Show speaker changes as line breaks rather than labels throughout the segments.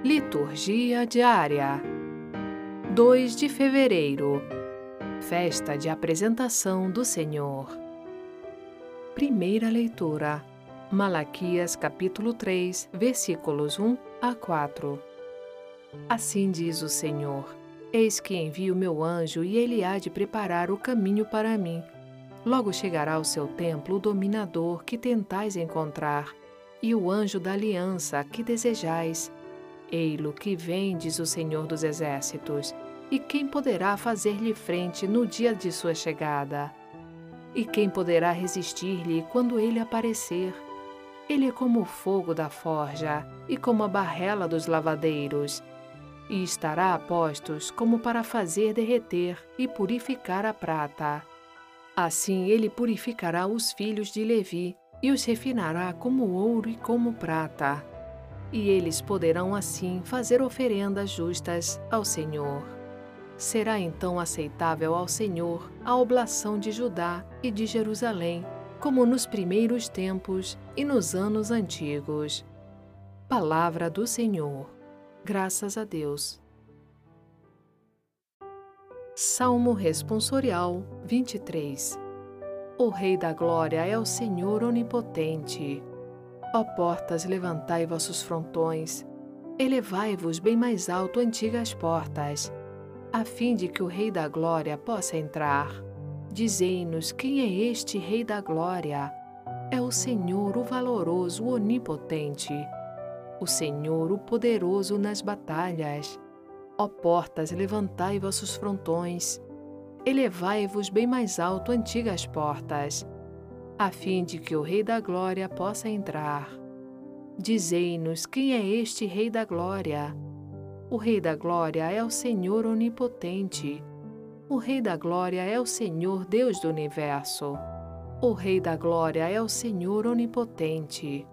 Liturgia diária. 2 de fevereiro. Festa de apresentação do Senhor. Primeira leitura. Malaquias capítulo 3, versículos 1 a 4. Assim diz o Senhor: Eis que envio meu anjo e ele há de preparar o caminho para mim. Logo chegará ao seu templo o dominador que tentais encontrar, e o anjo da aliança que desejais. Ei-lo que vem, diz o Senhor dos Exércitos, e quem poderá fazer-lhe frente no dia de sua chegada? E quem poderá resistir-lhe quando ele aparecer? Ele é como o fogo da forja e como a barrela dos lavadeiros, e estará a postos como para fazer derreter e purificar a prata. Assim ele purificará os filhos de Levi e os refinará como ouro e como prata. E eles poderão assim fazer oferendas justas ao Senhor. Será então aceitável ao Senhor a oblação de Judá e de Jerusalém, como nos primeiros tempos e nos anos antigos. Palavra do Senhor. Graças a Deus. Salmo Responsorial 23. O Rei da Glória é o Senhor onipotente. Ó portas, levantai vossos frontões, elevai-vos bem mais alto antigas portas, a fim de que o Rei da Glória possa entrar. Dizei-nos quem é este Rei da Glória. É o Senhor, o valoroso, o onipotente, o Senhor, o poderoso nas batalhas. Ó portas, levantai vossos frontões, elevai-vos bem mais alto antigas portas, a fim de que o Rei da Glória possa entrar. Dizei-nos quem é este Rei da Glória. O Rei da Glória é o Senhor onipotente. O Rei da Glória é o Senhor Deus do universo. O Rei da Glória é o Senhor onipotente.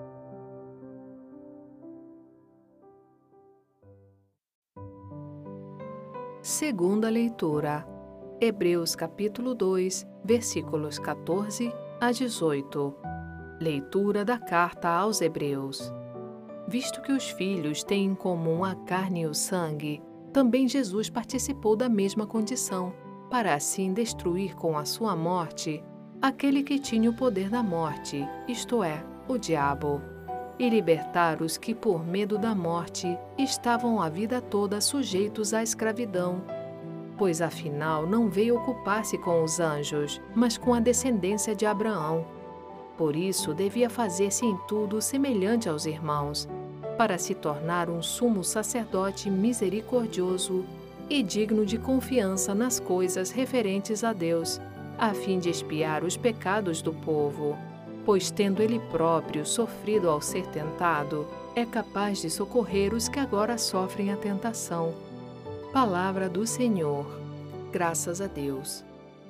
Segunda leitura. Hebreus capítulo 2, versículos 14 a 18. Leitura da carta aos Hebreus. Visto que os filhos têm em comum a carne e o sangue, também Jesus participou da mesma condição, para assim destruir com a sua morte aquele que tinha o poder da morte, isto é, o diabo, e libertar os que por medo da morte estavam a vida toda sujeitos à escravidão. Pois afinal não veio ocupar-se com os anjos, mas com a descendência de Abraão. Por isso devia fazer-se em tudo semelhante aos irmãos, para se tornar um sumo sacerdote misericordioso e digno de confiança nas coisas referentes a Deus, a fim de expiar os pecados do povo. Pois tendo ele próprio sofrido ao ser tentado, é capaz de socorrer os que agora sofrem a tentação. Palavra do Senhor. Graças a Deus.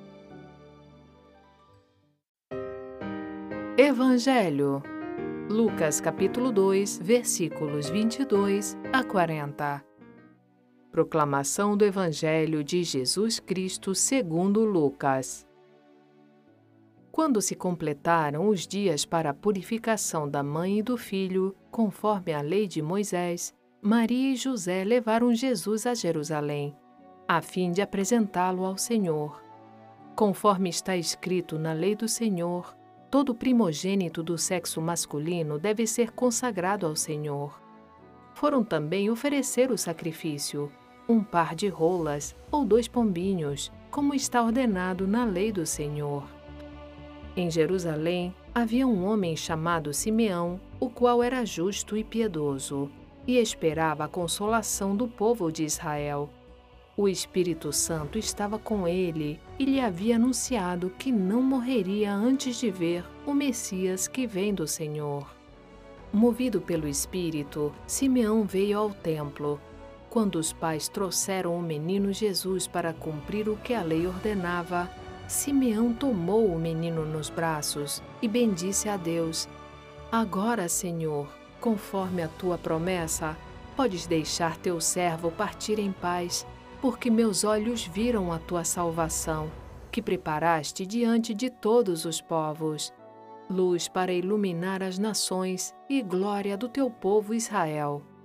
Evangelho. Lucas capítulo 2, versículos 22 a 40. Proclamação do Evangelho de Jesus Cristo segundo Lucas. Quando se completaram os dias para a purificação da mãe e do filho, conforme a lei de Moisés, Maria e José levaram Jesus a Jerusalém, a fim de apresentá-lo ao Senhor. Conforme está escrito na lei do Senhor, todo primogênito do sexo masculino deve ser consagrado ao Senhor. Foram também oferecer o sacrifício, um par de rolas ou 2 pombinhos, como está ordenado na lei do Senhor. Em Jerusalém havia um homem chamado Simeão, o qual era justo e piedoso, e esperava a consolação do povo de Israel. O Espírito Santo estava com ele e lhe havia anunciado que não morreria antes de ver o Messias que vem do Senhor. Movido pelo Espírito, Simeão veio ao templo. Quando os pais trouxeram o menino Jesus para cumprir o que a lei ordenava, Simeão tomou o menino nos braços e bendisse a Deus. Agora, Senhor, conforme a tua promessa, podes deixar teu servo partir em paz, porque meus olhos viram a tua salvação, que preparaste diante de todos os povos, luz para iluminar as nações e glória do teu povo Israel.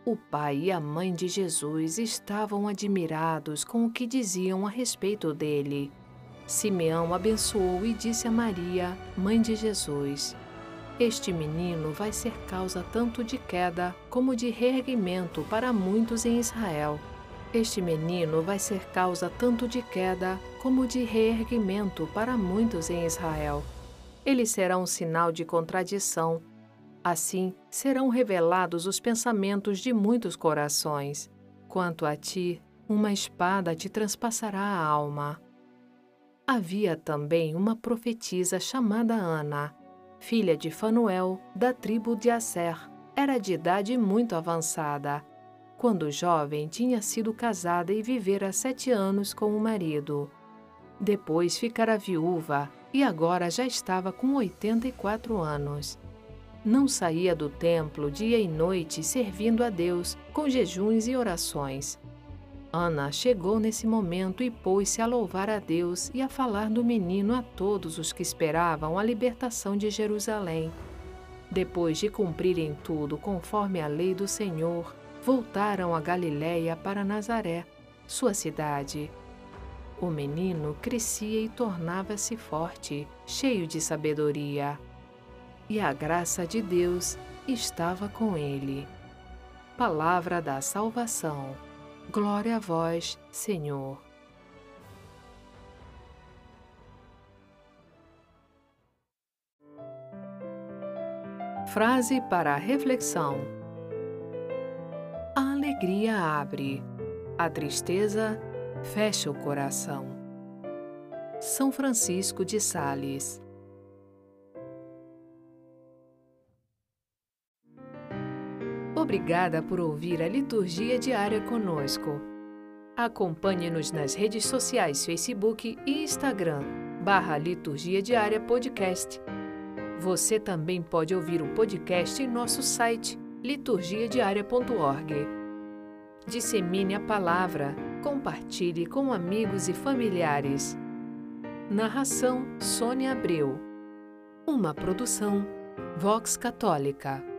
O pai e a mãe de Jesus estavam admirados com o que diziam a respeito dele. Simeão abençoou e disse a Maria, mãe de Jesus: Este menino vai ser causa tanto de queda como de reerguimento para muitos em Israel. Este menino vai ser causa tanto de queda como de reerguimento para muitos em Israel. Ele será um sinal de contradição. Assim serão revelados os pensamentos de muitos corações. Quanto a ti, uma espada te transpassará a alma. Havia também uma profetisa chamada Ana, filha de Fanuel, da tribo de Asser. Era de idade muito avançada. Quando jovem, tinha sido casada e vivera 7 anos com o marido. Depois ficara viúva e agora já estava com 84 anos. Não saía do templo dia e noite servindo a Deus com jejuns e orações. Ana chegou nesse momento e pôs-se a louvar a Deus e a falar do menino a todos os que esperavam a libertação de Jerusalém. Depois de cumprirem tudo conforme a lei do Senhor, voltaram a Galiléia para Nazaré, sua cidade. O menino crescia e tornava-se forte, cheio de sabedoria. E a graça de Deus estava com ele. Palavra da salvação. Glória a vós, Senhor. Frase para a reflexão: a alegria abre, a tristeza fecha o coração. São Francisco de Sales. Obrigada por ouvir a Liturgia Diária conosco. Acompanhe-nos nas redes sociais Facebook e Instagram, /Liturgia Diária Podcast. Você também pode ouvir o podcast em nosso site, liturgiadiaria.org. Dissemine a palavra, compartilhe com amigos e familiares. Narração Sônia Abreu. Uma produção Vox Católica.